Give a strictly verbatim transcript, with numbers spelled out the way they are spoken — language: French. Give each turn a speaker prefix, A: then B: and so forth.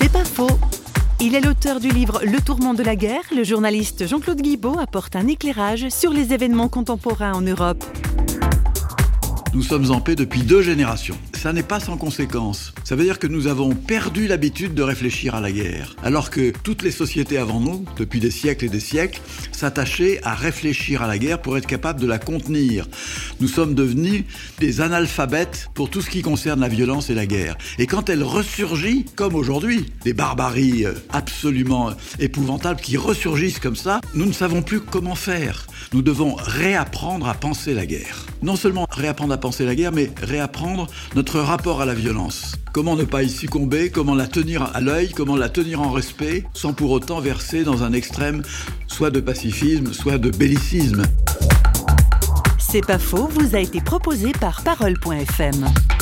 A: C'est pas faux. Il est l'auteur du livre Le tourment de la guerre. Le journaliste Jean-Claude Guibaud apporte un éclairage sur les événements contemporains en Europe.
B: Nous sommes en paix depuis deux générations. Ça n'est pas sans conséquence. Ça veut dire que nous avons perdu l'habitude de réfléchir à la guerre. Alors que toutes les sociétés avant nous, depuis des siècles et des siècles, s'attachaient à réfléchir à la guerre pour être capables de la contenir. Nous sommes devenus des analphabètes pour tout ce qui concerne la violence et la guerre. Et quand elle ressurgit, comme aujourd'hui, des barbaries absolument épouvantables qui ressurgissent comme ça, nous ne savons plus comment faire. Nous devons réapprendre à penser la guerre. Non seulement réapprendre à penser la guerre, mais réapprendre notre rapport à la violence. Comment ne pas y succomber, comment la tenir à l'œil, comment la tenir en respect, sans pour autant verser dans un extrême soit de pacifisme, soit de bellicisme.
A: C'est pas faux, vous a été proposé par Parole point F M.